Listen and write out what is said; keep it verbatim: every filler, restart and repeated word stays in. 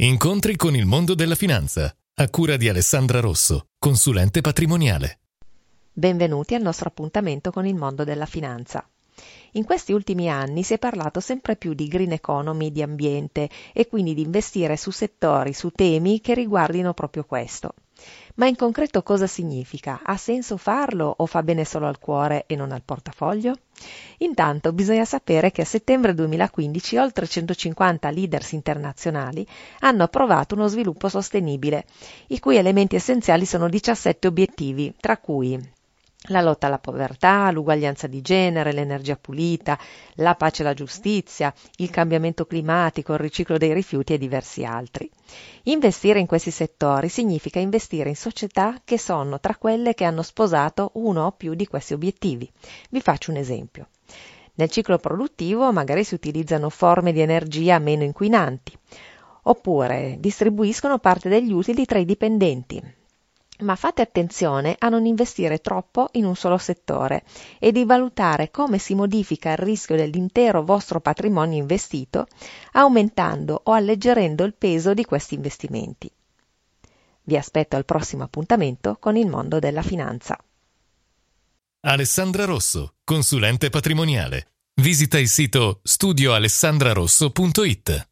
Incontri con il mondo della finanza, a cura di Alessandra Rosso, consulente patrimoniale. Benvenuti al nostro appuntamento con il mondo della finanza. In questi ultimi anni si è parlato sempre più di green economy, di ambiente e quindi di investire su settori, su temi che riguardino proprio questo. Ma in concreto cosa significa? Ha senso farlo o fa bene solo al cuore e non al portafoglio? Intanto bisogna sapere che a settembre duemilaquindici oltre centocinquanta leaders internazionali hanno approvato uno sviluppo sostenibile, i cui elementi essenziali sono diciassette obiettivi, tra cui la lotta alla povertà, l'uguaglianza di genere, l'energia pulita, la pace e la giustizia, il cambiamento climatico, il riciclo dei rifiuti e diversi altri. Investire in questi settori significa investire in società che sono tra quelle che hanno sposato uno o più di questi obiettivi. Vi faccio un esempio. Nel ciclo produttivo magari si utilizzano forme di energia meno inquinanti, oppure distribuiscono parte degli utili tra i dipendenti. Ma fate attenzione a non investire troppo in un solo settore e di valutare come si modifica il rischio dell'intero vostro patrimonio investito, aumentando o alleggerendo il peso di questi investimenti. Vi aspetto al prossimo appuntamento con il mondo della finanza. Alessandra Rosso, consulente patrimoniale. Visita il sito studio alessandra rosso punto it.